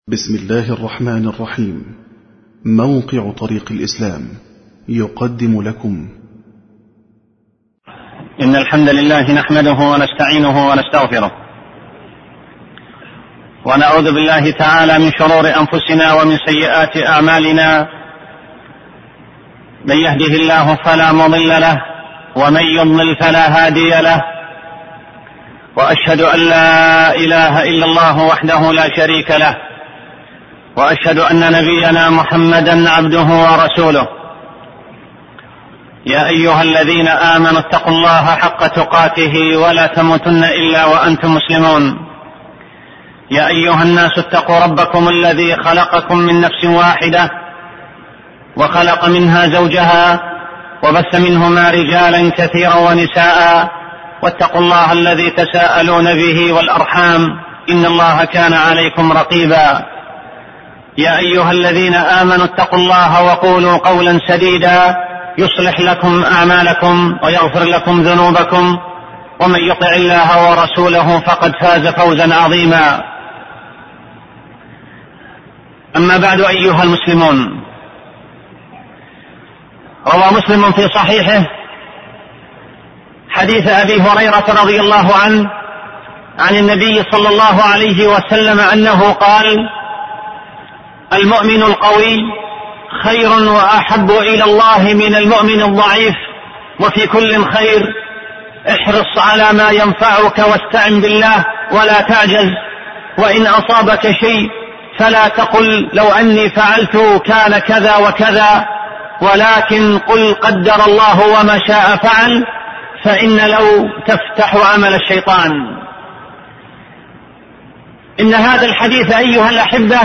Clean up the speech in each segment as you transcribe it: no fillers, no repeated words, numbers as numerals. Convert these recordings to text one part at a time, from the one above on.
بسم الله الرحمن الرحيم. موقع طريق الإسلام يقدم لكم إن الحمد لله نحمده ونستعينه ونستغفره ونعوذ بالله تعالى من شرور أنفسنا ومن سيئات أعمالنا. من يهده الله فلا مضل له ومن يضلل فلا هادي له، وأشهد أن لا إله إلا الله وحده لا شريك له، وأشهد أن نبينا محمدا عبده ورسوله. يا أيها الذين آمنوا اتقوا الله حق تقاته ولا تموتن إلا وأنتم مسلمون. يا أيها الناس اتقوا ربكم الذي خلقكم من نفس واحدة وخلق منها زوجها وبث منهما رجالا كثيرا ونساء، واتقوا الله الذي تساءلون به والأرحام إن الله كان عليكم رقيبا. يا أيها الذين آمنوا اتقوا الله وقولوا قولا سديدا يصلح لكم أعمالكم ويغفر لكم ذنوبكم، ومن يطع الله ورسوله فقد فاز فوزا عظيما. أما بعد أيها المسلمون، روى مسلم في صحيحه حديث أبي هريرة رضي الله عنه عن النبي صلى الله عليه وسلم أنه قال: المؤمن القوي خير وأحب إلى الله من المؤمن الضعيف، وفي كل خير. احرص على ما ينفعك واستعن بالله ولا تعجز، وإن أصابك شيء فلا تقل لو أني فعلت كان كذا وكذا، ولكن قل قدر الله وما شاء فعل، فإن لو تفتح عمل الشيطان. إن هذا الحديث أيها الأحبة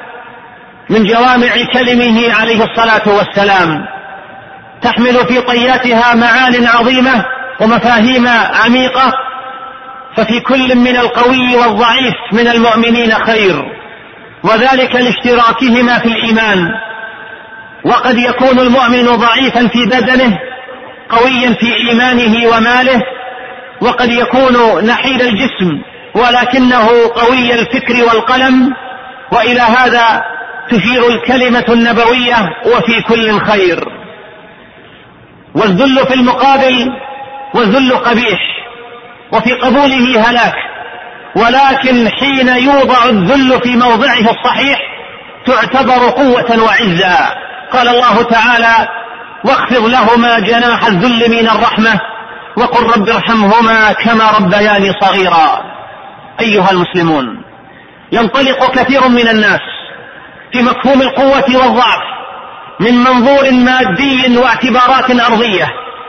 من جوامع كلمه عليه الصلاة والسلام، تحمل في طياتها معان عظيمة ومفاهيم عميقة، ففي كل من القوي والضعيف من المؤمنين خير، وذلك لاشتراكهما في الإيمان. وقد يكون المؤمن ضعيفا في بدنه قويا في إيمانه وماله، وقد يكون نحيل الجسم ولكنه قوي الفكر والقلم، وإلى هذا تشير الكلمة النبوية: وفي كل خير. والذل في المقابل، والذل قبيح وفي قبوله هلاك، ولكن حين يوضع الذل في موضعه الصحيح تعتبر قوة وعزا. قال الله تعالى: واخفض لهما جناح الذل من الرحمة وقل رب ارحمهما كما ربياني صغيرا. أيها المسلمون، ينطلق كثير من الناس في مفهوم القوة والضعف من منظور مادي واعتبارات أرضية،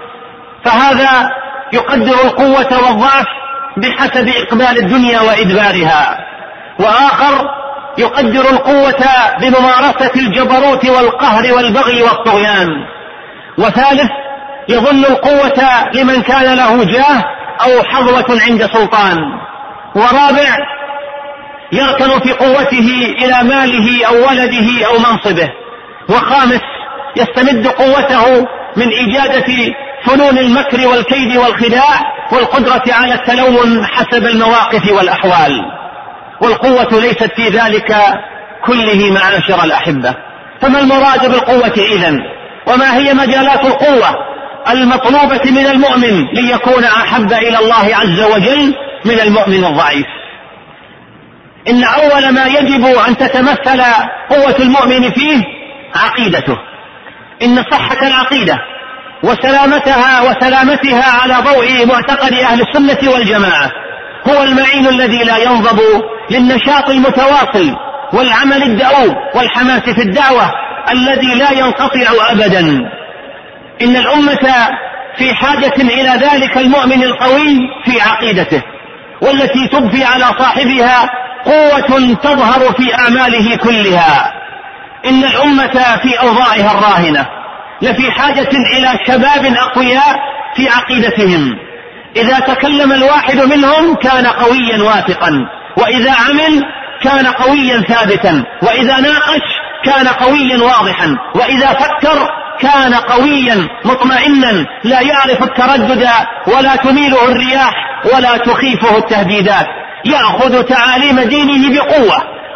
فهذا يقدر القوة والضعف بحسب إقبال الدنيا وإدبارها، وآخر يقدر القوة بممارسة الجبروت والقهر والبغي والطغيان، وثالث يظن القوة لمن كان له جاه أو حظوة عند سلطان، ورابع يركن في قوته إلى ماله أو ولده أو منصبه، وخامس يستمد قوته من إجادة فنون المكر والكيد والخداع والقدرة على التلون حسب المواقف والأحوال. والقوة ليست في ذلك كله معاشر الأحبة. فما المراد بالقوة إذن؟ وما هي مجالات القوة المطلوبة من المؤمن ليكون أحب إلى الله عز وجل من المؤمن الضعيف؟ إن أول ما يجب أن تتمثل قوة المؤمن فيه عقيدته. إن صحة العقيدة وسلامتها على ضوء معتقد أهل السنة والجماعة هو المعين الذي لا ينضب للنشاط المتواصل والعمل الدؤوب والحماس في الدعوة الذي لا ينقطع أبدا. إن الأمة في حاجة إلى ذلك المؤمن القوي في عقيدته، والتي تضفي على صاحبها قوة تظهر في أعماله كلها. إن الأمة في أوضاعها الراهنة لفي حاجة إلى شباب أقوياء في عقيدتهم، إذا تكلم الواحد منهم كان قويا واثقا، وإذا عمل كان قويا ثابتا، وإذا ناقش كان قويا واضحا، وإذا فكر كان قويا مطمئنا لا يعرف التردد ولا تميله الرياح ولا تخيفه التهديدات. يأخذ تعاليم دينه بقوة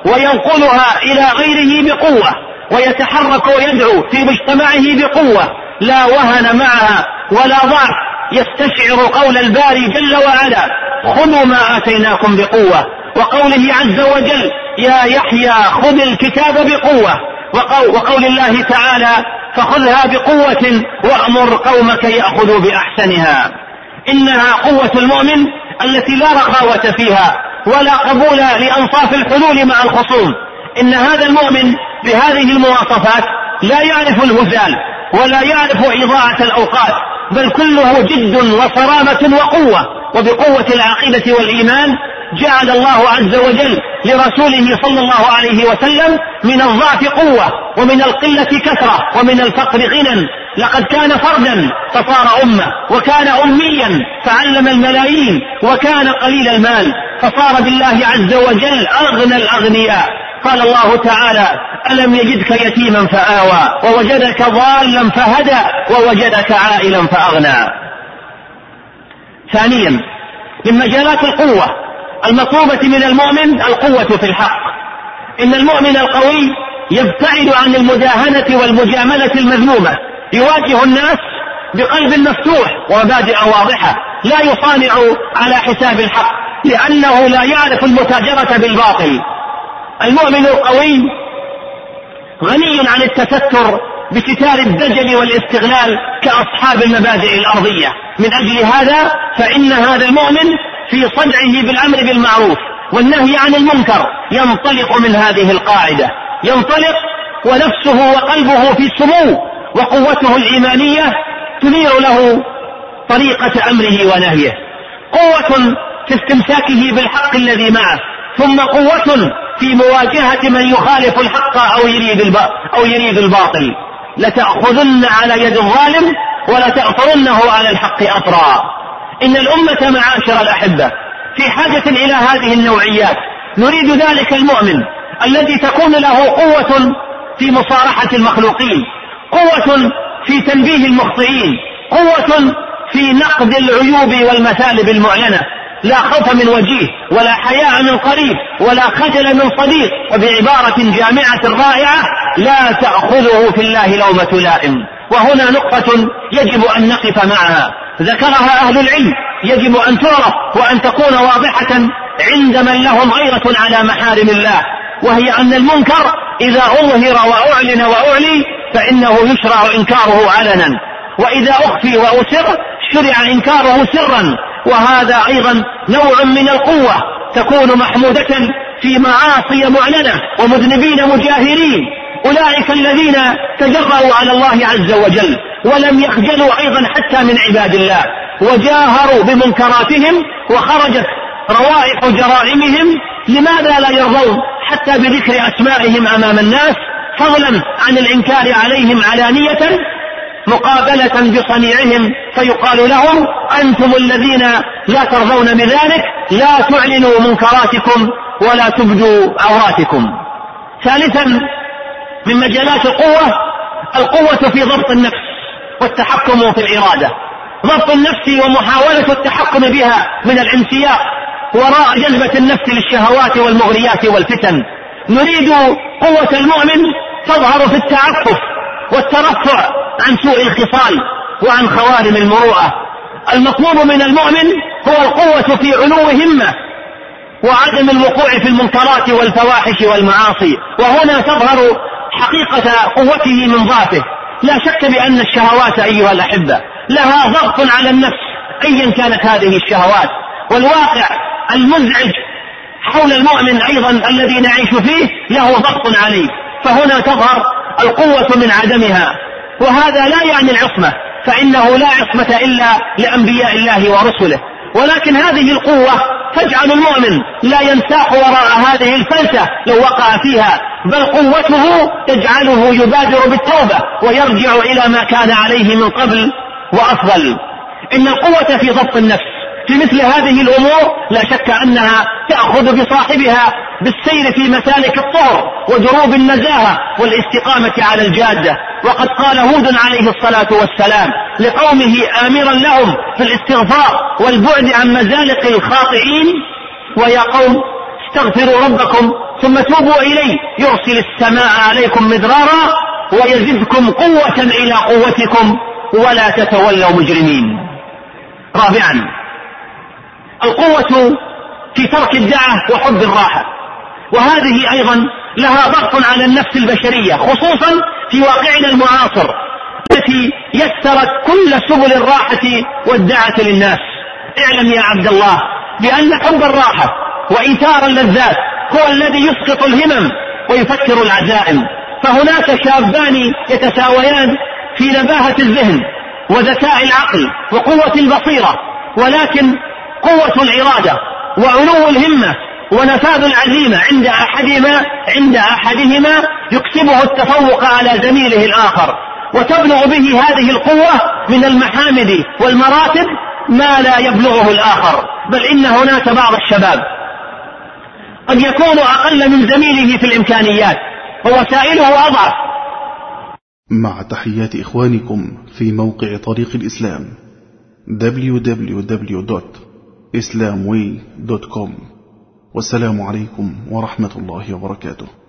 وينقلها إلى غيره بقوة، ويتحرك ويدعو في مجتمعه بقوة لا وهن معها ولا ضعف، يستشعر قول الباري جل وعلا: خذوا ما آتيناكم بقوة، وقوله عز وجل: يا يحيى خذ الكتاب بقوة، وقول الله تعالى: فخذها بقوة وأمر قومك يأخذوا بأحسنها. إنها قوة المؤمن التي لا رخاوة فيها ولا قبول لأنصاف الحلول مع الخصوم. إن هذا المؤمن بهذه المواصفات لا يعرف الهزال ولا يعرف إضاعة الأوقات، بل كله جد وصرامة وقوة. وبقوة العقيدة والإيمان جعل الله عز وجل لرسوله صلى الله عليه وسلم من الضعف قوة، ومن القلة كثرة، ومن الفقر غنى. لقد كان فردا فصار أمة، وكان أميا فعلم الملايين، وكان قليل المال فصار بالله عز وجل أغنى الأغنياء. قال الله تعالى: ألم يجدك يتيما فآوى، ووجدك ضالا فهدى، ووجدك عائلا فأغنى. ثانيا، من مجالات القوة المطلوبة من المؤمن القوة في الحق. إن المؤمن القوي يبتعد عن المداهنة والمجاملة المذمومة، يواجه الناس بقلب مفتوح ومبادئ واضحة، لا يصانع على حساب الحق، لأنه لا يعرف المتاجرة بالباطل. المؤمن القوي غني عن التستر بستار الدجل والاستغلال كأصحاب المبادئ الأرضية. من أجل هذا فإن هذا المؤمن في صدعه بالأمر بالمعروف والنهي عن المنكر ينطلق من هذه القاعدة، ينطلق ونفسه وقلبه في سمو، وقوته الإيمانية تنير له طريقة أمره ونهيه. قوة في استمساكه بالحق الذي معه، ثم قوة في مواجهة من يخالف الحق أو يريد الباطل. لتأخذن على يد الظالم ولتأثرنه على الحق أطرا. إن الأمة معاشر الأحبة في حاجة إلى هذه النوعيات. نريد ذلك المؤمن الذي تكون له قوة في مصارحة المخلوقين، قوة في تنبيه المخطئين، قوة في نقد العيوب والمثالب المعلنة، لا خوف من وجيه ولا حياء من قريب ولا خجل من صديق، وبعبارة جامعة رائعة: لا تأخذه في الله لومة لائم. وهنا نقطة يجب أن نقف معها، ذكرها أهل العلم، يجب أن تعرف وأن تكون واضحة عند من لهم غيرة على محارم الله، وهي أن المنكر إذا أظهر وأعلن وأعلي فإنه يشرع إنكاره علنا، وإذا أخفي وأسر شرع إنكاره سرا. وهذا أيضا نوع من القوة تكون محمودة في معاصي معلنة ومذنبين مجاهرين. أولئك الذين تجرؤوا على الله عز وجل ولم يخجلوا أيضا حتى من عباد الله، وجاهروا بمنكراتهم وخرجت روائح جرائمهم. لماذا لا يرضون حتى بذكر أسمائهم أمام الناس، فضلا عن الإنكار عليهم علانية مقابلة بصنيعهم؟ فيقال لهم: أنتم الذين لا ترضون بذلك، لا تعلنوا منكراتكم ولا تبدوا عوراتكم. ثالثا، من مجالات القوة في ضبط النفس والتحكم في الإرادة. ضبط النفس ومحاولة التحكم بها من الانسياق وراء جلبة النفس للشهوات والمغريات والفتن. نريد قوة المؤمن تظهر في التعفف والترفع عن سوء الخصال وعن خوارم المروءة. المطلوب من المؤمن هو القوة في علو همة وعدم الوقوع في المنكرات والفواحش والمعاصي، وهنا تظهر حقيقة قوته من ضعفه. لا شك بأن الشهوات أيها الأحبة لها ضغط على النفس أيا كانت هذه الشهوات، والواقع المزعج حول المؤمن أيضا الذي نعيش فيه له ضغط عليه، فهنا تظهر القوة من عدمها. وهذا لا يعني العصمة، فإنه لا عصمة إلا لأنبياء الله ورسله، ولكن هذه القوة تجعل المؤمن لا ينساق وراء هذه الفلسة لو وقع فيها، بل قوته تجعله يبادر بالتوبة ويرجع إلى ما كان عليه من قبل وأفضل. إن القوة في ضبط النفس في مثل هذه الأمور لا شك أنها تأخذ بصاحبها بالسير في مسالك الطهر ودروب النزاهة والاستقامة على الجادة. وقد قال هود عليه الصلاة والسلام لقومه آمرا لهم في الاستغفار والبعد عن مزالق الخاطئين: ويا قوم استغفروا ربكم ثم توبوا إليه يرسل السماء عليكم مدرارا ويزدكم قوة إلى قوتكم ولا تتولوا مجرمين. رابعا، القوة في ترك الدعة وحب الراحة، وهذه أيضا لها ضغط على النفس البشرية، خصوصا في واقعنا المعاصر التي يسرت كل سبل الراحة والدعة للناس. اعلم يا عبد الله بأن حب الراحة وإيثار اللذات هو الذي يسقط الهمم ويفكر العزائم. فهناك شابان يتساويان في نباهة الذهن وذكاء العقل وقوة البصيرة، ولكن قوة الإرادة وعلو الهمة ونفاذ العزيمة عند أحدهما يكسبه التفوق على زميله الآخر، وتبلغ به هذه القوة من المحامد والمراتب ما لا يبلغه الآخر. بل إن هناك بعض الشباب قد يكون أقل من زميله في الإمكانيات ووسائله أضعف. مع تحيات إخوانكم في موقع طريق الإسلام www.islamway.com. والسلام عليكم ورحمة الله وبركاته.